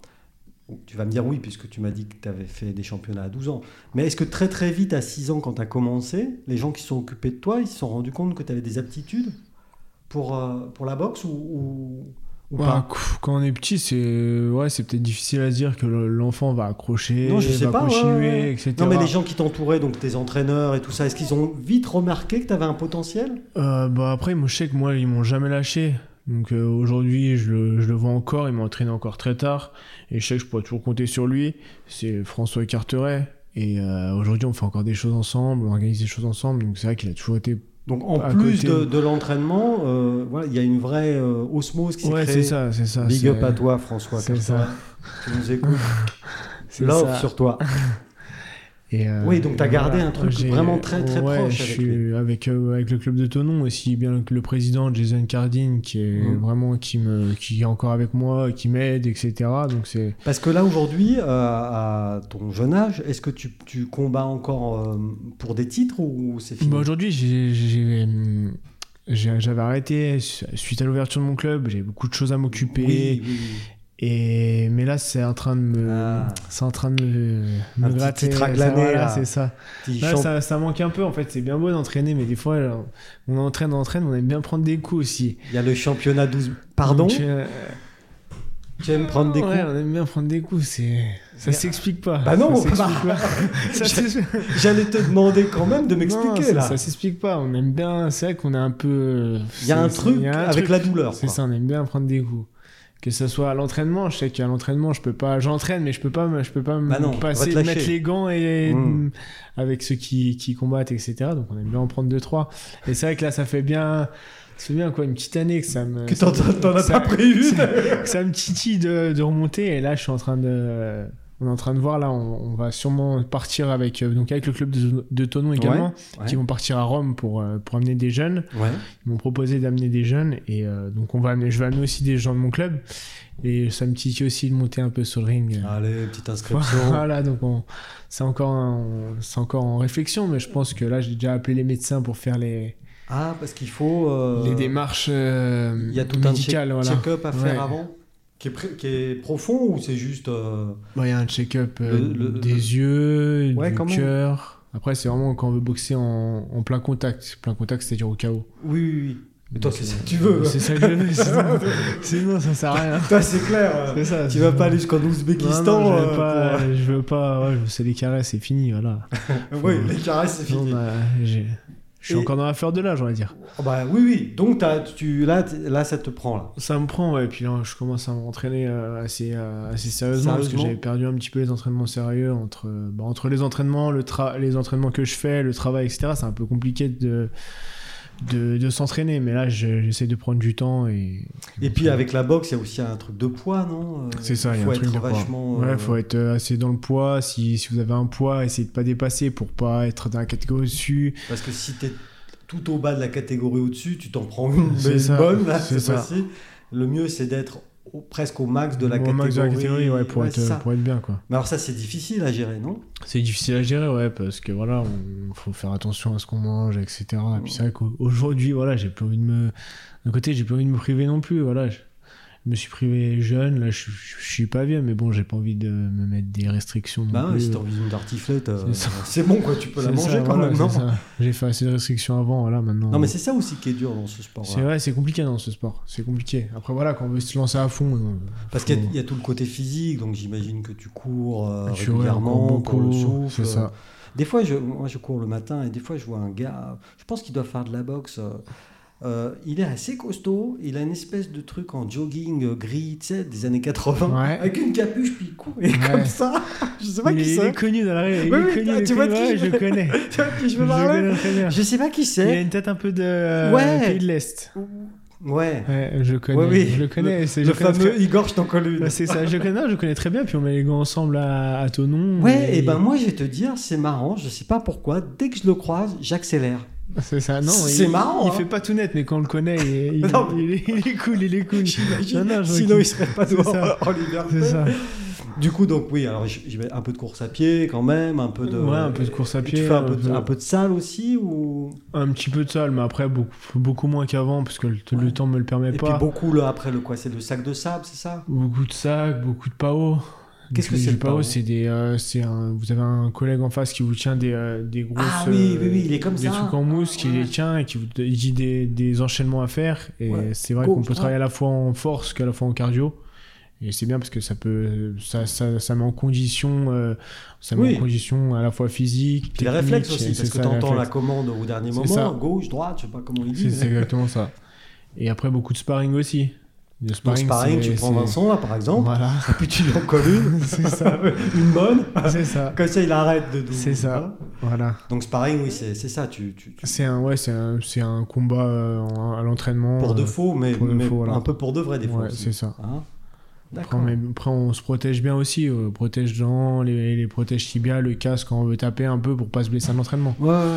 tu vas me dire oui, puisque tu m'as dit que tu avais fait des championnats à douze ans, mais est-ce que très très vite, à six ans, quand tu as commencé, les gens qui sont occupés de toi, ils se sont rendus compte que tu avais des aptitudes pour, euh, pour la boxe ou, ou, ou ouais, pas? Quand on est petit, c'est, ouais, c'est peut-être difficile à dire que l'enfant va accrocher, non, je sais va pas, continuer, ouais, ouais. et cetera. Non, mais les gens qui t'entouraient, donc tes entraîneurs et tout ça, est-ce qu'ils ont vite remarqué que tu avais un potentiel? euh, bah Après, moi, je sais que moi, ils m'ont jamais lâché. Donc euh, aujourd'hui, je le, je le vois encore, il m'a entraîné encore très tard, et je sais que je pourrais toujours compter sur lui. C'est François Carteret, et euh, aujourd'hui on fait encore des choses ensemble, on organise des choses ensemble, donc c'est vrai qu'il a toujours été. Donc en plus de, de l'entraînement, euh, voilà, il y a une vraie euh, osmose qui s'est ouais, créée. c'est ça, c'est ça. Big c'est... up à toi, François c'est Carteret, qui nous écoute. C'est Love ça. sur toi. Et euh, oui, donc tu as gardé voilà, un truc j'ai... vraiment très très ouais, proche je avec suis lui. Avec, euh, avec le club de Thonon aussi, bien que le président Jason Cardine qui est mmh. vraiment qui me qui est encore avec moi, qui m'aide, et cetera. Donc c'est parce que là aujourd'hui, euh, à ton jeune âge, est-ce que tu, tu combats encore euh, pour des titres ou c'est fini? Bah aujourd'hui, j'ai, j'ai, j'ai, j'avais arrêté suite à l'ouverture de mon club. J'avais beaucoup de choses à m'occuper. Oui, oui. Et mais là c'est en train de me ah. c'est en train de me, me un gratter petit titre glané, voilà, là. C'est ça. Là, champ... ça ça manque un peu en fait, c'est bien beau d'entraîner mais des fois alors, on entraîne on entraîne on aime bien prendre des coups aussi. Il y a le championnat douze pardon. Donc, euh... tu aimes prendre des coups? Ouais, on aime bien prendre des coups, c'est ça mais... s'explique pas. Bah non, ça bah... s'explique pas. ça J'allais te demander quand même de m'expliquer non, ça, là. Ça s'explique pas, on aime bien, c'est vrai qu'on est un peu il y a un truc y a un avec truc. La douleur. C'est quoi. Ça, on aime bien prendre des coups. Que ce soit à l'entraînement, je sais qu'à l'entraînement, je peux pas, j'entraîne, mais je peux pas, je peux pas bah non, me passer, mettre les gants et mmh. avec ceux qui, qui combattent, et cetera. Donc on aime bien en prendre deux trois. Et c'est vrai que là, ça fait bien, ça fait bien quoi, une petite année que ça me. Que t'en, t'en as pas pris une. Ça, ça me titille de, de remonter. Et là, je suis en train de, on est en train de voir là, on, on va sûrement partir avec, euh, donc avec le club de, de Thonon également, ouais, ouais. qui vont partir à Rome pour, euh, pour amener des jeunes. Ouais. Ils m'ont proposé d'amener des jeunes et euh, donc on va amener, je vais amener aussi des gens de mon club et ça me titille aussi de monter un peu sur le ring. Allez, petite inscription. Voilà, donc on, c'est, encore en, c'est encore en réflexion, mais je pense que là j'ai déjà appelé les médecins pour faire les, Ah, parce qu'il faut... Euh... les démarches euh, Il y a tout médicales. un check- voilà. check-up à faire Ouais. avant qui est, pré- qui est profond ou c'est juste... Euh... Il y a un check-up euh, Le- le- des le- yeux, Ouais, du quand même. cœur. Après, c'est vraiment quand on veut boxer en, en plein contact. Plein contact, c'est-à-dire au K O. Oui, oui, oui. Mais toi, Donc, c'est ça euh, que tu veux. C'est ça que je veux. Sinon, sinon ça sert à rien. Toi, c'est clair. C'est ça. Tu vas pas aller jusqu'en Ouzbékistan. Non, non, je veux euh, pas. pour- Je veux pas. Ouais, c'est les caresses, c'est fini, voilà. Oui, les caresses, c'est fini. Non, bah, j'ai- Je suis Et- encore dans la fleur de l'âge, on va dire. Oh, bah oui, oui. Donc, t'as- tu, là, t- là, ça te prend, là. Ça me prend, ouais. Puis là, je commence à m'entraîner euh, assez, euh, assez sérieusement, parce que Sérieusement j'avais perdu un petit peu les entraînements sérieux entre, euh, bah, entre les entraînements, le tra- les entraînements que je fais, le travail, et cetera. C'est un peu compliqué de, de, de s'entraîner, mais là, je- j'essaie de prendre du temps. Et, Et puis, avec la boxe, il y a aussi un truc de poids, non? Euh, C'est ça, il y a faut un truc être de poids. vachement. Ouais, euh, faut être euh, assez dans le poids. Si, si vous avez un poids, essayez de pas dépasser pour pas être dans la catégorie au-dessus. Parce que si t'es tout au bas de la catégorie au-dessus, tu t'en prends une, C'est mais une ça, bonne, là, c'est cette ça. fois-ci. Le mieux, c'est d'être au- presque au max de la Au catégorie. max de la catégorie, ouais, pour, Ouais, être, c'est ça. pour être bien, quoi. Mais alors, ça, c'est difficile à gérer, non? C'est difficile à gérer, ouais, parce que voilà, on faut faire attention à ce qu'on mange, et cetera. Et puis c'est vrai qu'aujourd'hui, voilà, j'ai plus envie de me. D'un côté, j'ai plus envie de me priver non plus, voilà. Je, je me suis privé jeune, là, je, je, je suis pas vieux, mais bon, j'ai pas envie de me mettre des restrictions non Bah ouais, plus. si t'as envie d'une tartiflette, euh, C'est ça. c'est bon, quoi, tu peux la C'est manger ça, quand voilà, même, c'est non? ça. J'ai fait assez de restrictions avant, voilà, maintenant. Non, mais c'est ça aussi qui est dur dans ce sport. C'est vrai, c'est compliqué dans ce sport, c'est compliqué. Après, voilà, quand on veut se lancer à fond. euh, Parce faut- qu'il y a- il y, a tout le côté physique, donc j'imagine que tu cours euh, Je suis, ouais, régulièrement encore pour le beaucoup, souffle. c'est ça. Des fois, je, moi, je cours le matin et des fois, je vois un gars, je pense qu'il doit faire de la boxe. euh, euh, il est assez costaud, il a une espèce de truc en jogging euh, gris, tu sais, des années quatre-vingts, Ouais. avec une capuche, puis il court, et Ouais. comme ça. Je sais pas il, qui est, il c'est. est connu dans la rue, il Oui, est oui, connu, ah, il est tu vois connu, de qui ouais, je je veux- connais. Tu vois qui je Je veux le parler? connais très bien. Je sais pas qui Il a c'est. une tête un peu de euh, Ouais. pays de l'Est. Ouais. Ouais, je connais. Ouais, oui. Je le connais. c'est, Le je connais fameux très- Igor Stankolune. Ouais, c'est ça, je le connais, je le connais très bien. Puis on met les gants ensemble à, à Thonon. Ouais, et ben moi je vais te dire, c'est marrant, je sais pas pourquoi, dès que je le croise, j'accélère. C'est ça, non. C'est il, marrant, Il hein. fait pas tout net, mais quand on le connaît, il, il, Non, mais- il est, il est cool, il est cool. J'imagine. Non, non, je vois Sinon, qu'il- il serait pas c'est dehors ça. en liberté. C'est ça. Du coup, donc oui, alors j- j'y vais un peu de course à pied quand même, un peu de. Ouais, un peu de course à Et pied, Tu fais un, un peu, de, peu- un peu de salle aussi ou. Un petit peu de salle, mais après, beaucoup, beaucoup moins qu'avant, parce que le, Ouais. le temps me le permet Et pas. puis beaucoup là après le quoi, c'est le sac de sable, c'est ça? Beaucoup de sacs, beaucoup de P A O. Qu'est-ce que Du- c'est du le P A O? C'est des, euh, c'est un, vous avez un collègue en face qui vous tient des, euh, des grosses, Ah oui, oui, oui, il est comme des ça. trucs en mousse qui Ouais. les tient et qui vous il dit des, des enchaînements à faire. Et Ouais. c'est vrai Gauche, qu'on peut droite. travailler à la fois en force qu'à la fois en cardio. Et c'est bien parce que ça peut, ça, ça, ça met en condition, euh, ça met Oui. en condition à la fois physique, Puis les technique, réflexes aussi, et parce c'est que ça, tu les entends la réflexes. commande au dernier C'est moment, ça. gauche, droite, je sais pas comment il dit. C'est mais- c'est exactement ça. Et après beaucoup de sparring aussi. Le Donc sparring, sparring, c'est- tu prends c'est- Vincent là par exemple, Voilà, et puis tu lui en colles une, c'est ça. une bonne, C'est ça. comme ça il arrête de. de- C'est ça. Voilà. Donc sparring, oui, c'est c'est ça, tu, tu, tu- C'est un, ouais, c'est un, c'est un combat euh, en- à l'entraînement. pour de euh, faux, mais, pour de mais faux, voilà. un peu pour de vrai des fois. Ouais, aussi. c'est ça. Hein Après, D'accord. on, met- après, on se protège bien aussi. euh, protège dents, les, les protèges tibiales, le casque quand on veut taper un peu pour pas se blesser à l'entraînement. Ouais, ouais.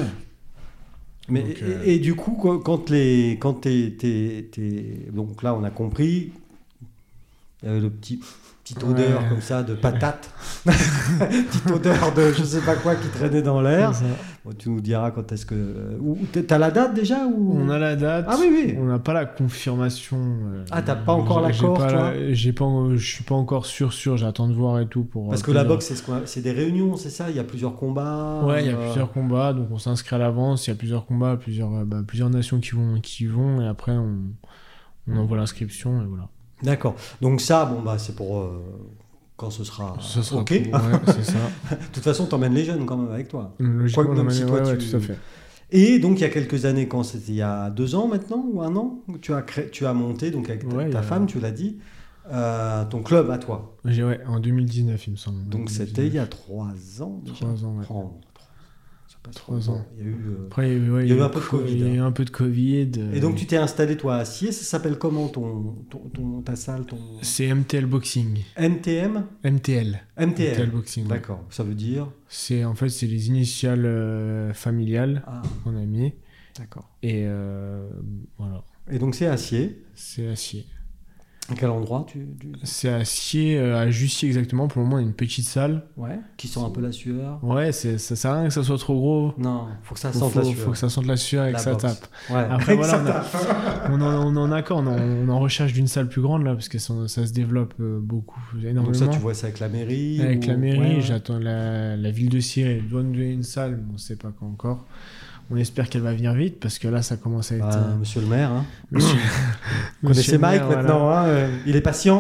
Mais Donc, et, euh, et du coup, quand- quand les, quand t'es, t'es- t'es- donc là, on a compris, il y avait le petit, petite odeur Ouais. comme ça de patate, petite odeur de je sais pas quoi qui traînait dans l'air. C'est ça. Bon, tu nous diras quand est-ce que, ou t'as la date déjà ou On a la date. Ah oui, oui. On n'a pas la confirmation. euh, Ah, t'as pas encore j'ai- l'accord, j'ai pas toi la- j'ai pas, je suis pas encore sûr, sûr. J'attends de voir et tout pour. Parce euh, que la plusieurs- boxe, c'est ce qu'on a- c'est des réunions, c'est ça. Il y a plusieurs combats. Ouais, il y a euh, plusieurs combats, donc on s'inscrit à l'avance. Il y a plusieurs combats, plusieurs, euh, bah, plusieurs nations qui vont, qui y vont, et après on, on envoie l'inscription et voilà. D'accord. Donc ça, bon bah, c'est pour euh, quand ce sera. Ça sera ok. tout. Ouais, c'est ça. De toute façon, t'emmènes les jeunes quand même avec toi. Logiquement, Quoique, même on si a- toi, ouais, ouais, tu- tout à fait. Et donc il y a quelques années, quand c'était il y a deux ans maintenant ou un an, tu as créé, tu as monté donc avec ta, Ouais, ta il y a- femme, tu l'as dit, euh, ton club à toi. J'ai, ouais, en deux mille dix-neuf, il me semble. Donc c'était il y a trois ans déjà. Trois ans, ouais. Oh, ça pas Trois ans. Il y a eu, euh, Après, ouais, il y a eu un peu de Covid. Il y a eu hein. un peu de Covid. euh, Et donc tu t'es installé toi à Sciez, ça s'appelle comment ton, ton, ton- ta salle, ton C'est M T L Boxing. M T M M T L. M T M T L L. Boxing. ouais. D'accord. Ça veut dire C'est en fait c'est les initiales euh, familiales ah, qu'on a mis d'accord. et euh, voilà. Et donc c'est à Sciez. C'est acier. À quel endroit tu, tu... C'est acier euh, à Jussier exactement. Pour le moment, on a une petite salle. Ouais. Qui sent un peu la sueur. Ouais, c'est, ça sert à rien que ça soit trop gros. Non, faut que ça Faut, sente faut, la sueur. faut que ça sente la sueur et La que ça boxe. tape. Ouais. Après, Que voilà, ça on a- tape. On en, on en a encore, on en, on en recherche d'une salle plus grande là, parce que ça, ça se développe euh, beaucoup, énormément. Donc ça, tu vois ça avec la mairie. Avec ou- la mairie, Ouais, ouais. j'attends la, la ville de Sierre, elle doit nous donner une salle, mais on sait pas quand encore. On espère qu'elle va venir vite, parce que là, ça commence à être... Bah, euh, monsieur le maire, hein. monsieur- Vous connaissez monsieur le Mike maire, voilà. maintenant, hein, euh, il est patient.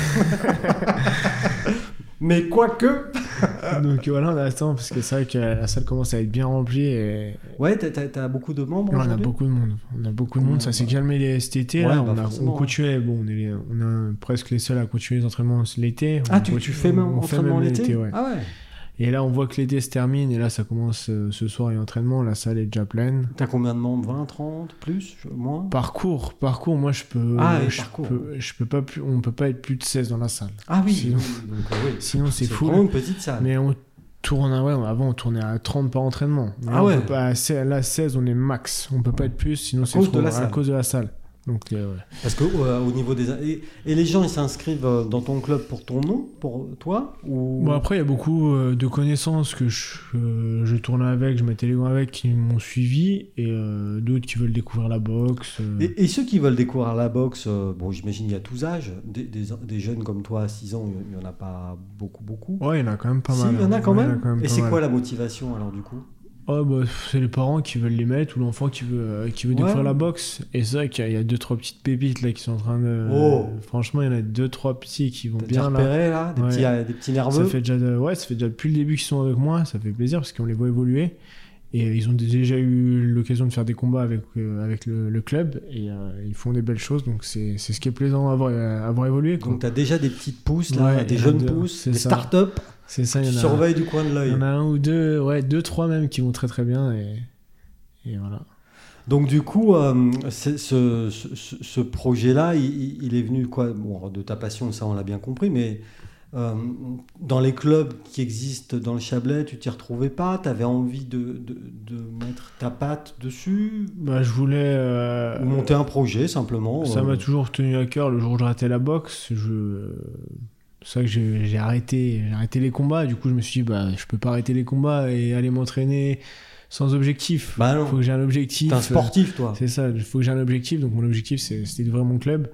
Mais quoique. Donc voilà, on attend, parce que c'est vrai que la salle commence à être bien remplie et... Ouais, t'as, t'as- t'as beaucoup de membres Ouais, on a aujourd'hui beaucoup de monde. On a beaucoup de monde, ça s'est Bah. calmé les- cet été. Ouais, là, bah, on, a, forcément, on continuait, bon, on est, les- on est presque les seuls à continuer les entraînements l'été. Ah, On tu, tu continue- fais même on fait entraînement même l'été, ouais. Ah ouais. Et là, on voit que l'été se termine, et là, ça commence euh, ce soir, et entraînement, la salle est déjà pleine. T'as combien de membres? vingt, trente, plus, je- moins Parcours, parcours, moi, je peux, Ah, et je parcours. peux, je peux pas plus, on peut pas être plus de seize dans la salle. Ah oui, Sinon- oui, donc, euh, oui. Sinon, c'est fou. vraiment une petite salle. Mais on tourne, à- ouais, avant, on tournait à trente par entraînement. Mais Ah là, on ouais. peut pas, à seize là, seize, on est max. On peut pas être plus, sinon c'est cause trop, de la à salle. cause de la salle. Donc, euh, ouais. Parce que euh, au niveau des et, et les gens ils s'inscrivent euh, dans ton club pour ton nom, pour toi ou Bon, après, il y a beaucoup euh, de connaissances que je, euh, je tournais avec, je mettais les gants avec, qui m'ont suivi, et euh, d'autres qui veulent découvrir la boxe. euh. et, et ceux qui veulent découvrir la boxe, euh, bon j'imagine il y a tous âges, des, des, des jeunes comme toi à six ans, il n'y en a pas beaucoup beaucoup. Ouais, il y en a quand même pas Si, mal. il y en a hein. quand Ouais, même. il y en a Et pas c'est mal. quoi la motivation alors du coup? Oh, bah, c'est les parents qui veulent les mettre ou l'enfant qui veut, euh, qui veut Ouais. découvrir la boxe. Et c'est vrai qu'il y a- il y a deux, trois petites pépites là qui sont en train de. Oh. Franchement, il y en a deux, trois petits qui vont T'as déjà bien là. repéré là, des, Ouais. petits, euh, des petits Ça nerveux. fait déjà, de- ouais, ça fait déjà depuis le début qu'ils sont avec moi, ça fait plaisir parce qu'on les voit évoluer. Et euh, ils ont déjà eu l'occasion de faire des combats avec, euh, avec le, le club et euh, ils font des belles choses, donc c'est c'est ce qui est plaisant à avoir, à avoir évolué. quoi. Donc t'as déjà des petites pousses là, Ouais, des il y en a jeunes deux, pousses, c'est des ça. start-up. C'est ça, Tu il y en a. surveilles du coin de Il l'œil. y en a un ou deux, ouais, deux, trois même qui vont très très bien et, et voilà. Donc du coup, euh, c'est- ce, ce, ce- ce projet-là, il, il est venu quoi bon, de ta passion, ça on l'a bien compris, mais euh, dans les clubs qui existent dans le Chablais, tu t'y retrouvais pas? Tu avais envie de, de, de mettre ta patte dessus? Bah, je voulais. euh, Ou monter un projet simplement? Ça euh, m'a toujours tenu à cœur le jour où j'ai arrêté la boxe. Je... C'est vrai que j'ai j'ai arrêté, j'ai arrêté les combats. Du coup, je me suis dit, bah, je peux pas arrêter les combats et aller m'entraîner sans objectif. Bah Il non, faut que j'ai un objectif. t'es un sportif toi. C'est ça, il faut que j'ai un objectif. Donc, mon objectif, c'est- c'était d'ouvrir mon club.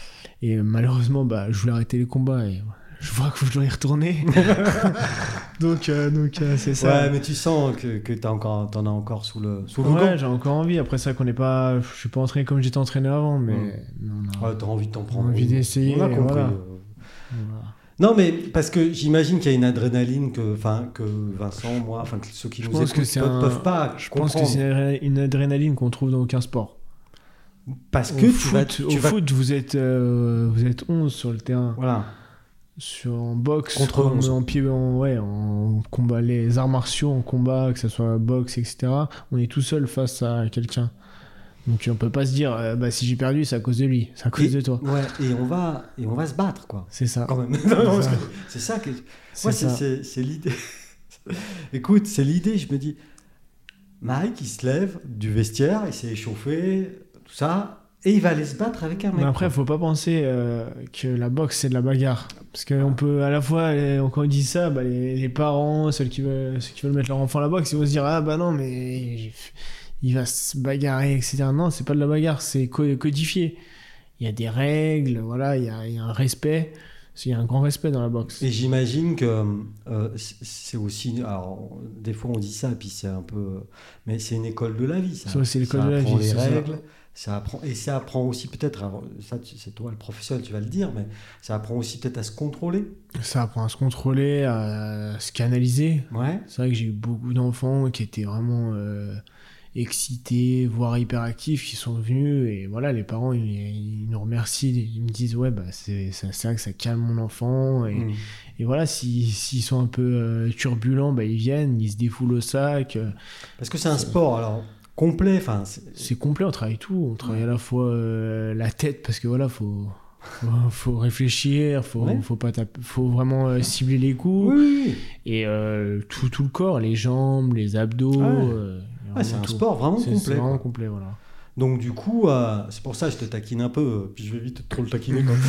Et euh, malheureusement, bah, je voulais arrêter les combats et je vois qu'il faut que je dois y retourner. donc, euh, donc euh, c'est ça. Ouais, mais tu sens que, que t'as encore, t'en as encore sous le, sous le Ouais, gant. j'ai encore envie. Après ça, qu'on n'est pas, je suis pas entraîné comme j'étais entraîné avant, mais Mm. mais on a- Ouais, t'as envie de t'en prendre. On a envie une. d'essayer, On a compris. voilà. euh. voilà. Non, mais parce que j'imagine qu'il y a une adrénaline que, enfin, que Vincent, moi, enfin, que ceux qui Je nous pense écoutent que c'est peuvent, un- peuvent pas Je pense comprendre. que c'est une adré- une adrénaline qu'on trouve dans aucun sport. Parce Au que tu foot, vas, tu au vas- foot, vous êtes, euh, vous êtes onze sur le terrain. voilà. Sur, en boxe, Contre comme onze. en pied, en, ouais, en combat, les arts martiaux, en combat, que ce soit boxe, et cetera. On est tout seul face à quelqu'un. Donc on peut pas se dire, euh, bah, si j'ai perdu, c'est à cause de lui, c'est à cause Et, de toi. ouais, et on va, et on va se battre, quoi. C'est ça. Quand même. Non, non, parce ça. que c'est ça que. C'est Moi, c'est, ça. c'est, c'est l'idée. Écoute, c'est l'idée. Je me dis, Mike, il se lève du vestiaire, il s'est échauffé, tout ça, et il va aller se battre avec un mec. Mais après, quoi. faut pas penser euh, que la boxe c'est de la bagarre. Parce qu'on peut à la fois, les- quand on dit ça, bah, les, les parents, ceux qui, veulent, ceux qui veulent mettre leur enfant à la boxe, ils vont se dire, ah bah non, mais il va se bagarrer, et cetera. Non, c'est pas de la bagarre, c'est co- codifié. Il y a des règles, voilà, il y a, il y a un respect. Il y a un grand respect dans la boxe. Et j'imagine que euh, c'est c'est aussi. Alors, des fois, on dit ça, puis c'est un peu. Mais c'est une école de la vie, ça. Ça, c'est l'école Ça de la apprend vie, les c'est ça. règles. Ça apprend, et ça apprend aussi peut-être, alors, ça tu- c'est toi le professionnel, tu vas le dire, mais ça apprend aussi peut-être à se contrôler. Ça apprend à se contrôler, à se canaliser. Ouais. C'est vrai que j'ai eu beaucoup d'enfants qui étaient vraiment euh, excités, voire hyperactifs, qui sont venus. Et voilà, les parents, ils, ils nous remercient. Ils me disent, ouais, bah, c'est, c'est, c'est vrai que ça calme mon enfant. Et, mmh. et voilà, si, s'ils sont un peu euh, turbulents, bah, ils viennent, ils se défoulent au sac. Parce que c'est un sport, alors... complet, enfin c'est... c'est complet, on travaille tout, on travaille ouais. à la fois euh, la tête parce que voilà, faut faut, faut réfléchir, faut ouais. faut pas taper, faut vraiment euh, cibler les coups oui. et euh, tout tout le corps, les jambes, les abdos. Ouais. Euh, ouais, c'est un tout. sport vraiment c'est, complet. C'est vraiment complet, voilà. Donc du coup, euh, c'est pour ça que je te taquine un peu, puis je vais vite trop le taquiner quand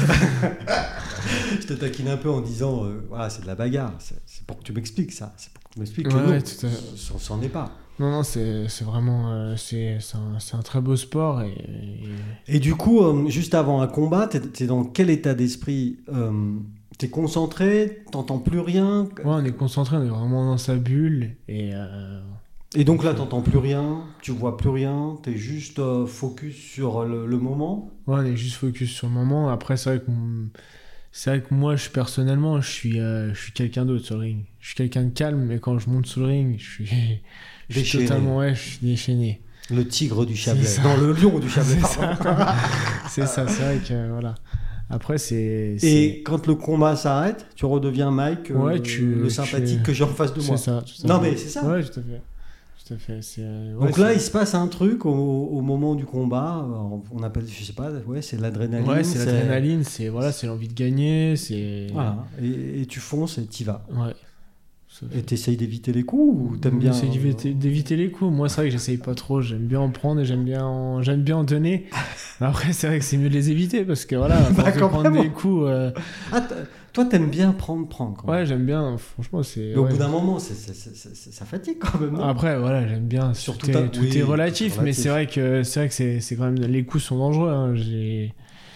je te taquine un peu en disant, euh, voilà, c'est de la bagarre, c'est, c'est pour que tu m'expliques ça, c'est pour que tu m'expliques que ouais, non, ouais, tout à... ça, ça en est pas. Non, non, c'est, c'est vraiment euh, c'est, c'est, un, c'est un très beau sport. Et, et... et du coup, euh, juste avant un combat, t'es, t'es dans quel état d'esprit euh, T'es concentré, t'entends plus rien? Ouais, on est concentré, on est vraiment dans sa bulle. Et, euh... et donc là, t'entends plus rien, tu vois plus rien, t'es juste euh, focus sur le, le moment? Ouais, on est juste focus sur le moment. Après, c'est vrai que, c'est vrai que moi, je, personnellement, je suis, euh, je suis quelqu'un d'autre sur le ring. Je suis quelqu'un de calme, mais quand je monte sur le ring, je suis... Je suis déchaîné. totalement, ouais, je suis déchaîné. Le tigre du Chablais. Non, le lion du Chablais. C'est ça. c'est ça, c'est vrai que, voilà. Après, c'est... c'est... Et quand le combat s'arrête, tu redeviens Mike, ouais, euh, tu, le sympathique tu... que j'ai en face de moi. C'est ça. Tout non, mais c'est ça. Ouais, tout à fait. Tout à fait. C'est, ouais, Donc c'est... là, il se passe un truc au, au moment du combat. On appelle, je sais pas, ouais, c'est l'adrénaline. Ouais, c'est, c'est... l'adrénaline, c'est, voilà, c'est l'envie de gagner. C'est... Voilà. Et, et tu fonces et t'y vas. Ouais. Et t'essayes d'éviter les coups ou t'aimes bien J'essaie d'éviter, d'éviter les coups. Moi, c'est vrai que j'essaye pas trop. J'aime bien en prendre et j'aime bien en, j'aime bien en donner. Après, c'est vrai que c'est mieux de les éviter parce que voilà, bah, de prendre des coups. Euh... Ah, toi, t'aimes bien prendre, prendre. Quand même. Ouais, j'aime bien. Franchement, c'est. Mais au ouais. bout d'un moment, c'est, c'est, c'est, c'est, ça fatigue quand même. Non Après, voilà, j'aime bien. Surtout, tout, est, tout, oui, est relatif, tout est relatif, mais c'est vrai que c'est vrai que c'est, c'est quand même les coups sont dangereux. Hein. J'ai.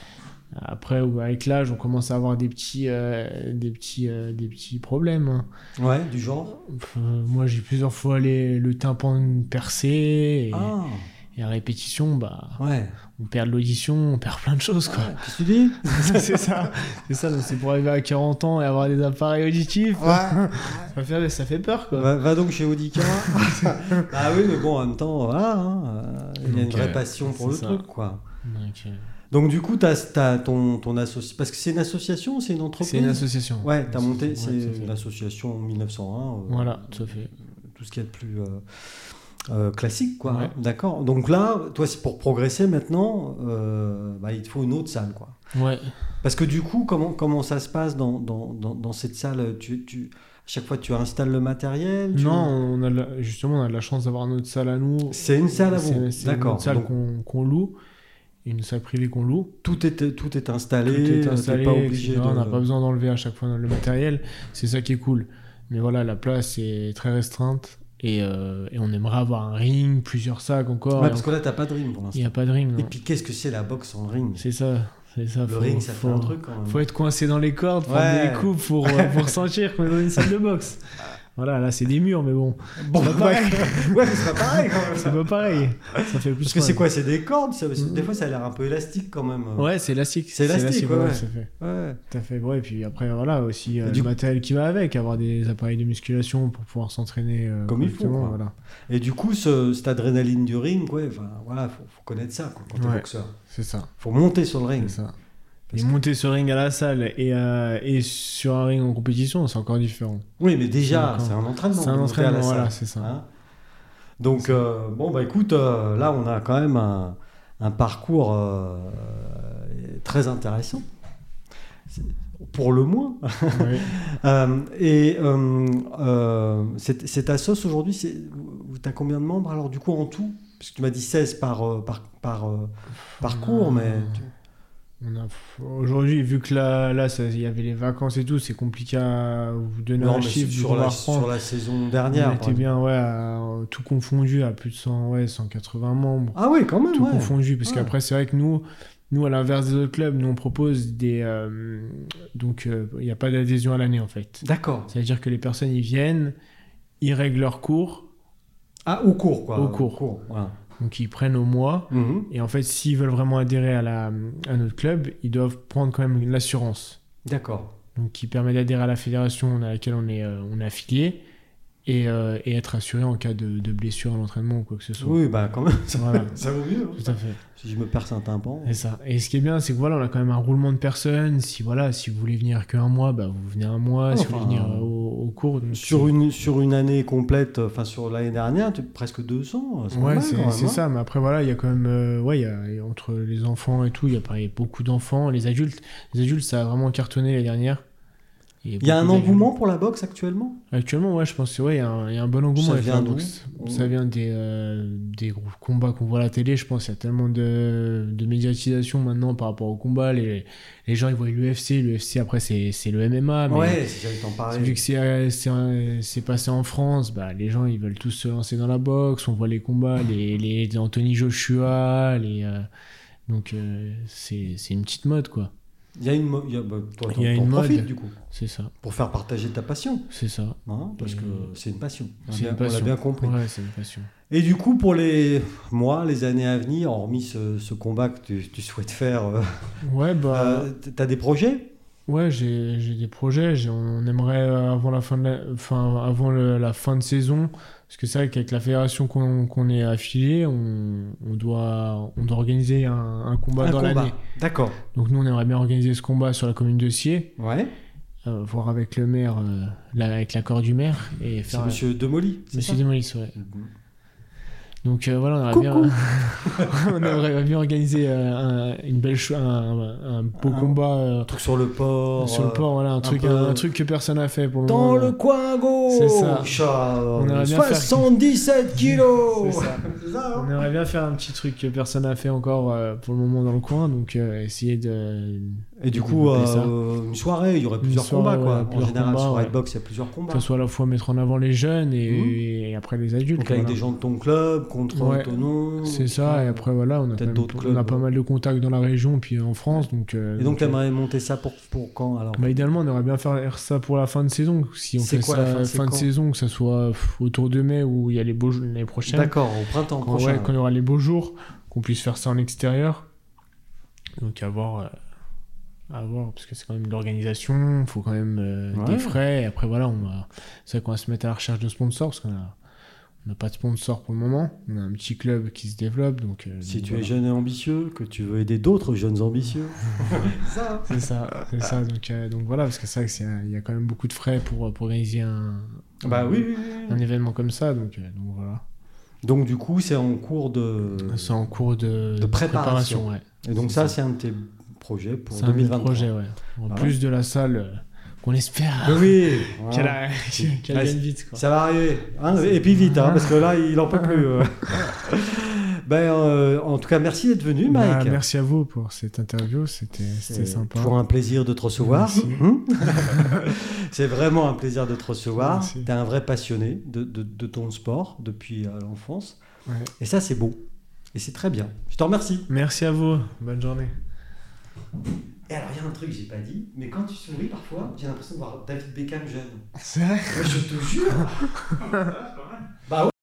Après, avec l'âge, on commence à avoir des petits, euh, des petits, euh, des petits problèmes. Hein. Ouais, du genre euh, Moi, j'ai plusieurs fois les, le tympan percé. Et, ah. et à répétition, bah, ouais. on perd de l'audition, on perd plein de choses. Quoi. Ouais, qu'est-ce que tu dis? C'est ça. C'est ça. Donc c'est pour arriver à quarante ans et avoir des appareils auditifs. Ouais. ça, fait, ça fait peur. Quoi. Va, va donc chez Audica. Ah oui, mais bon, en même temps, voilà. Hein, il y a une vraie euh, passion pour le ça. Truc. Quoi. Donc, euh... Donc du coup, tu as ton, ton association... Parce que c'est une association ou c'est une entreprise? C'est une association. Ouais, tu as monté, ouais, c'est une association en mille neuf cent un. Euh, voilà, tout à fait. Tout ce qu'il y a de plus euh, euh, classique, quoi. Ouais. Hein, d'accord. Donc là, toi, c'est pour progresser maintenant, euh, bah, il te faut une autre salle, quoi. Ouais. Parce que du coup, comment, comment ça se passe dans, dans, dans, dans cette salle? tu, tu, À chaque fois, tu installes le matériel tu... Non, on a la, justement, on a de la chance d'avoir notre salle à nous. C'est une salle à vous, c'est, c'est d'accord. Une salle Donc... qu'on, qu'on loue. Une salle privée qu'on loue. Tout est, tout est installé, tout est installé, pas obligé de... on n'a pas besoin d'enlever à chaque fois le matériel, c'est ça qui est cool. Mais voilà, la place est très restreinte et, euh, et on aimerait avoir un ring, plusieurs sacs encore. Ouais, parce que là, t'as pas de ring pour l'instant. Il n'y a pas de ring. Non. Et puis, qu'est-ce que c'est la boxe sans ring? C'est ça. C'est ça. Le faut, ring, ça faut, fait un truc quand même. Faut être coincé dans les cordes, prendre ouais. des coups pour, pour sentir qu'on est dans une salle de boxe. Voilà, là c'est des murs, mais bon. Bon, c'est pas pareil. ouais, mais c'est pas pareil quand même. C'est pas pareil. Ça fait plus Parce que c'est quoi? C'est des cordes ça, mmh. Des fois ça a l'air un peu élastique quand même. Ouais, c'est élastique. C'est élastique, c'est élastique ouais. ouais. Ça fait. Ouais. Tout à fait. Ouais, et puis après, voilà, aussi euh, du matériel qui va avec, avoir des appareils de musculation pour pouvoir s'entraîner euh, comme il faut. Voilà. Et du coup, ce, cette adrénaline du ring, ouais, enfin, voilà, faut, faut connaître ça quoi, quand t'es ouais, boxeur. C'est ça. Faut monter sur le ring. C'est ça. Et monter sur ring à la salle et, euh, et sur un ring en compétition, c'est encore différent. Oui, mais déjà, c'est, encore... c'est un entraînement. C'est un entraînement, voilà, salle, c'est ça. Hein Donc, c'est euh, bon, bah écoute, euh, là, on a quand même un, un parcours euh, très intéressant. C'est, pour le moins. Oui. euh, et euh, euh, c'est, c'est assos aujourd'hui, c'est, tu as combien de membres alors du coup en tout? Parce que tu m'as dit seize par, par, par, par cours, mais... Tu... On a... Aujourd'hui, vu que là, là il y avait les vacances et tout, c'est compliqué à vous donner non, un chiffre. Sur la, sur la saison dernière. On était bien, ouais, à, tout confondu à plus de cent, ouais, cent quatre-vingts membres. Ah oui, quand même. Tout ouais. confondu, parce ouais. qu'après, c'est vrai que nous, nous, à l'inverse des autres clubs, nous, on propose des... Euh, donc, il euh, n'y a pas d'adhésion à l'année, en fait. D'accord. C'est-à-dire que les personnes, ils viennent, ils règlent leur cours. Ah, au cours, quoi. Au cours. Au cours, voilà. Donc ils prennent au mois, mmh. Et en fait, s'ils veulent vraiment adhérer à, la, à notre club, ils doivent prendre quand même l'assurance. D'accord. Donc qui permet d'adhérer à la fédération à laquelle on est, euh, on est affilié, et, euh, et être assuré en cas de, de blessure à l'entraînement ou quoi que ce soit. Oui, bah quand même, ça, Voilà. ça vaut mieux. Hein. Tout à fait. Si je me perce un tympan. C'est ça. Et ce qui est bien, c'est que voilà, on a quand même un roulement de personnes. Si voilà, si vous voulez venir qu'un mois, bah vous venez un mois. Enfin, si vous voulez venir euh, au, au cours, donc sur une sur une année complète, enfin sur l'année dernière, tu es presque deux cents. C'est ouais, mal, c'est, quand même, c'est hein. ça. Mais après voilà, il y a quand même, euh, ouais, il y a, il y a entre les enfants et tout, il y a pareil, beaucoup d'enfants. Les adultes, les adultes, ça a vraiment cartonné l'année dernière. Il y a un beaucoup d'adultes. engouement pour la boxe actuellement. Actuellement, ouais, je pense que ouais, il y, a un- il y a un bon engouement Ça avec vient la d'où boxe. Ça vient des, euh, des gros combats qu'on voit à la télé. Je pense qu'il y a tellement de, de médiatisation maintenant par rapport au combat. Les, les gens, ils voient l'U F C. L'U F C, après, c'est, c'est le M M A. Mais Ouais, si j'allais t'en vu parler. que c'est, euh, c'est, un- c'est passé en France, bah, les gens, ils veulent tous se lancer dans la boxe. On voit les combats, les, les, les Anthony Joshua. Les, euh, donc, euh, c'est, c'est une petite mode, quoi. Il y a une, mo- il y a, bah, toi, Il y a t'en- t'en une mode. profites, du coup, C'est ça. pour faire partager ta passion, C'est ça. hein, parce Et- que c'est une passion. On, a C'est bien, une on l'a passion. bien compris. Ouais, c'est une passion. Et du coup, pour les mois, les années à venir, hormis ce, ce combat que tu, tu souhaites faire, euh, Ouais, bah. euh, t'as des projets? Ouais, j'ai, j'ai des projets. J'ai- on aimerait euh, avant la fin de la, enfin, avant le- la fin de saison, parce que c'est vrai qu'avec la fédération qu'on, qu'on est affilié, on, on doit, on doit organiser un, un combat Un dans combat. l'année. D'accord. Donc nous, on aimerait bien organiser ce combat sur la commune de Sciez, Ouais. euh, voir avec le maire, euh, la- avec l'accord du maire et C'est faire. Monsieur Demoli. c'est Monsieur ça Demolis, ouais. Mhm. Donc euh, voilà, on aimerait Coucou. bien, on aimerait bien organiser euh, un, une belle, cho- un, un beau Un- combat euh, Un truc sur le port. sur le euh, port, voilà, un truc, peu- un, un truc que personne n'a fait pour le Dans moment. le coin gauche. C'est ça. Ah, On aimerait bien faire- soixante-dix-sept kilos. C'est ça. C'est ça, hein On aimerait bien faire un petit truc que personne n'a fait encore euh, pour le moment dans le coin, donc euh, essayer de. Et du de coup, développer ça. euh, une soirée, il y aurait plusieurs soirée, combats, quoi. ouais, En plusieurs général, combats, sur ouais. Redbox, il y a plusieurs combats. Que ce soit à la fois mettre en avant les jeunes et, Mhm. et après les adultes. Donc avec voilà. des gens de ton club, contre Ouais. ton nom. C'est ça, et après voilà, on a, Peut-être quand même- d'autres on clubs, a pas ouais. mal de contacts dans la région, puis en France. Donc, euh, Et donc, euh, t'aimerais monter ça pour, pour quand alors bah, idéalement, on aimerait bien faire ça pour la fin de saison. Si on C'est fait quoi, ça la fin, c'est fin de quand saison, que ça soit pff, autour de mai où il y a les beaux jours l'année prochaine. D'accord, au printemps Quand, prochain. ouais, quand il y aura les beaux jours, qu'on puisse faire ça en extérieur. Donc à voir, euh, à voir parce que c'est quand même de l'organisation, il faut quand même euh, Ouais. des frais. Et après voilà, on va, c'est vrai qu'on va se mettre à la recherche de sponsors parce qu'on a, on n'a pas de sponsors pour le moment. On a un petit club qui se développe, donc. euh, Si donc tu voilà. es jeune et ambitieux, que tu veux aider d'autres jeunes ambitieux. C'est ça. C'est ça, c'est ça. Donc, euh, donc voilà, parce que c'est vrai qu'il y a quand même beaucoup de frais pour, pour organiser un, Bah un, oui, oui, oui. un événement comme ça. Donc, euh, donc voilà. Donc du coup, c'est en cours de... C'est en cours de, de préparation. ouais. Et donc C'est ça, ça. c'est un de tes projets pour C'est un deux mille autre vingt-trois. projet, ouais. En Ah plus de la salle euh, qu'on espère Mais oui. qu'elle, voilà. a- qu'elle Ouais, vienne vite. Quoi. Ça va arriver. Hein, et puis vite, hein, parce que là, il en peut plus. euh. ben, euh, en tout cas, merci d'être venu, Bah, Mike. merci à vous pour cette interview, c'était, c'était C'est sympa. toujours un plaisir de te recevoir. Merci. Hum C'est vraiment un plaisir de te recevoir. Merci. Tu es un vrai passionné de, de, de ton sport depuis euh, l'enfance. Ouais. Et ça, c'est beau. Et c'est très bien. Je te remercie. Merci à vous, bonne journée. Et alors, il y a un truc que j'ai pas dit, mais quand tu souris parfois, j'ai l'impression de voir David Beckham jeune. C'est vrai Ouais, je te jure. Bah ouais.